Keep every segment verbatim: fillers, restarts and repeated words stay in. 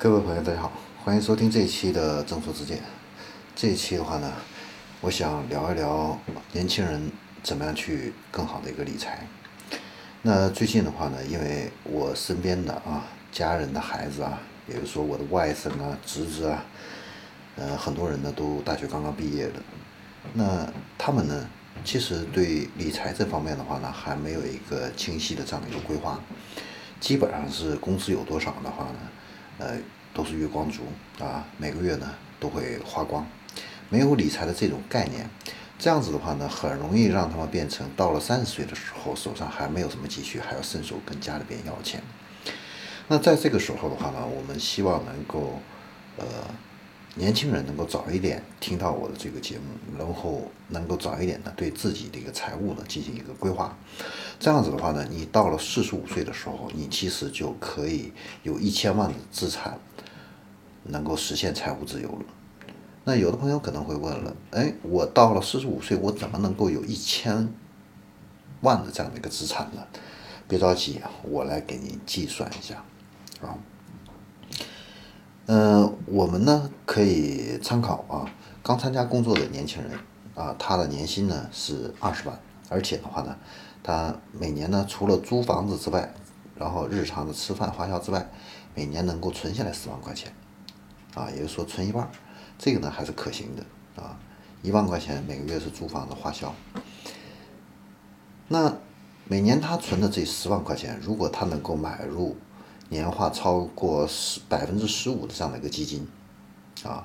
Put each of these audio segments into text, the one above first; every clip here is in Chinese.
各位朋友，大家好，欢迎收听这一期的正说之见。这一期的话呢，我想聊一聊年轻人怎么样去更好的一个理财。那最近的话呢，因为我身边的啊家人的孩子啊，比如说我的外甥啊、侄子啊，呃，很多人呢都大学刚刚毕业的。那他们呢，其实对理财这方面的话呢，还没有一个清晰的这样的一个规划。基本上是工资有多少的话呢，呃，都是月光族啊，每个月呢都会花光，没有理财的这种概念，这样子的话呢，很容易让他们变成到了三十岁的时候，手上还没有什么积蓄，还要伸手跟家里边要钱。那在这个时候的话呢，我们希望能够，呃，年轻人能够早一点听到我的这个节目，然后能够早一点呢对自己的一个财务呢进行一个规划。这样子的话呢，你到了四十五岁的时候，你其实就可以有一千万的资产，能够实现财务自由了。那有的朋友可能会问了，哎，我到了四十五岁，我怎么能够有一千万的这样的一个资产呢？别着急啊，我来给您计算一下啊。嗯、呃，我们呢可以参考啊，刚参加工作的年轻人啊，他的年薪呢是二十万，而且的话呢，他每年呢除了租房子之外，然后日常的吃饭花销之外，每年能够存下来十万块钱，啊，也就是说存一半，这个呢还是可行的啊，一万块钱每个月是租房的花销。那每年他存的这十万块钱，如果他能够买入年化超过十百分之十五的这样的一个基金，啊，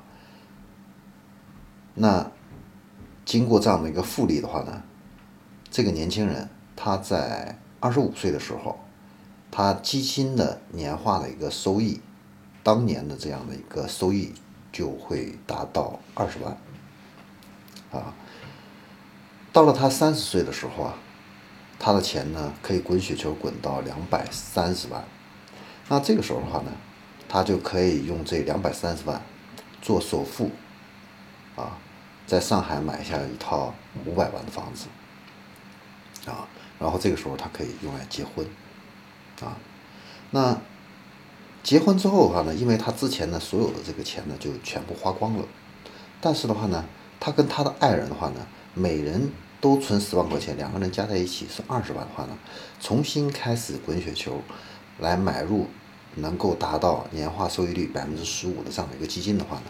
那经过这样的一个复利的话呢，这个年轻人他在二十五岁的时候，他基金的年化的一个收益，当年的这样的一个收益就会达到二十万，啊，到了他三十岁的时候啊，他的钱呢可以滚雪球滚到两百三十万。那这个时候的话呢，他就可以用这两百三十万做首付，啊，在上海买下一套五百万的房子，啊，然后这个时候他可以用来结婚，啊，那结婚之后的话呢，因为他之前呢所有的这个钱呢就全部花光了，但是的话呢，他跟他的爱人的话呢，每人都存十万块钱，两个人加在一起是二十万的话呢，重新开始滚雪球，来买入能够达到年化收益率百分之十五的这样的一个基金的话呢，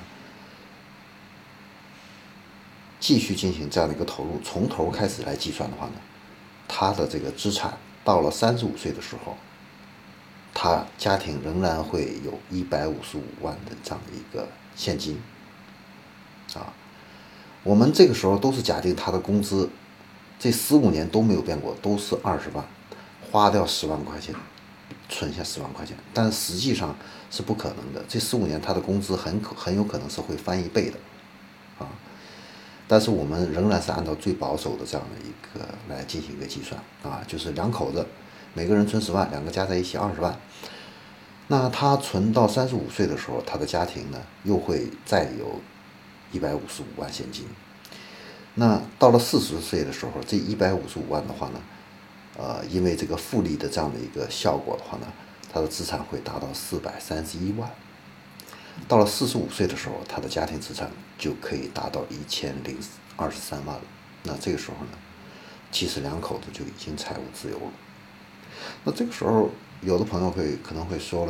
继续进行这样的一个投入，从头开始来计算的话呢，他的这个资产到了三十五岁的时候，他家庭仍然会有一百五十五万的这样的一个现金，啊，我们这个时候都是假定他的工资这十五年都没有变过，都是二十万，花掉十万块钱，存下十万块钱，但实际上是不可能的。这十五年他的工资很可很有可能是会翻一倍的，啊，但是我们仍然是按照最保守的这样的一个来进行一个计算啊，就是两口子每个人存十万，两个加在一起二十万。那他存到三十五岁的时候，他的家庭呢又会再有一百五十五万现金。那到了四十岁的时候，这一百五十五万的话呢，呃，因为这个复利的这样的一个效果的话呢，他的资产会达到四百三十一万。到了四十五岁的时候，他的家庭资产就可以达到一千零二十三万了。那这个时候呢，其实两口子就已经财务自由了。那这个时候，有的朋友会可能会说了，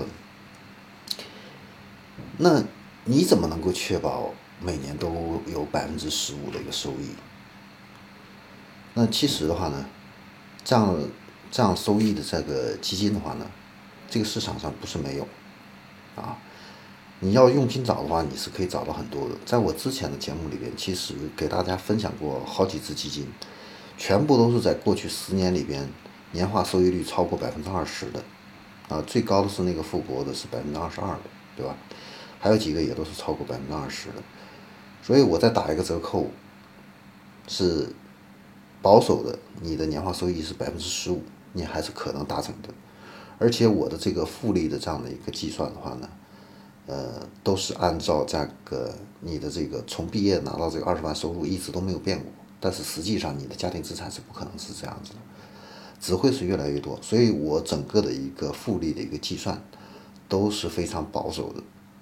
那你怎么能够确保每年都有百分之十五的一个收益？那其实的话呢，这样这样收益的这个基金的话呢，这个市场上不是没有，啊，你要用心找的话，你是可以找到很多的。在我之前的节目里边，其实给大家分享过好几只基金，全部都是在过去十年里边年化收益率超过百分之二十的，啊，最高的是那个富国的是百分之二十二的，对吧？还有几个也都是超过百分之二十的，所以我再打一个折扣，是保守的，你的年化收益是百分之十五，你还是可能达成的。而且我的这个复利的这样的一个计算的话呢，呃，都是按照这个你的这个从毕业拿到这个二十万收入一直都没有变过，但是实际上你的家庭资产是不可能是这样子的，只会是越来越多。所以我整个的一个复利的一个计算都是非常保守的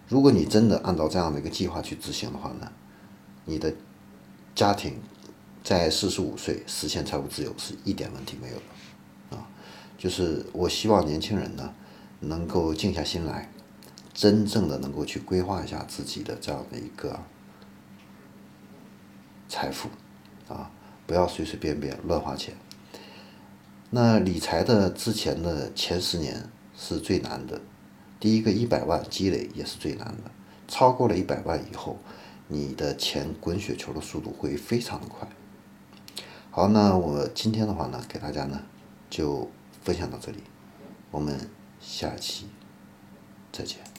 如果你真的按照这样的一个计划去执行的话呢，你的家庭在四十五岁实现财务自由是一点问题没有的啊。就是我希望年轻人呢能够静下心来，真正的能够去规划一下自己的这样的一个财富啊，不要随随便便乱花钱。那理财的之前的前十年是最难的，第一个一百万积累也是最难的，超过了一百万以后，你的钱滚雪球的速度会非常的快。好，那我今天的话呢，给大家呢就分享到这里，我们下期再见。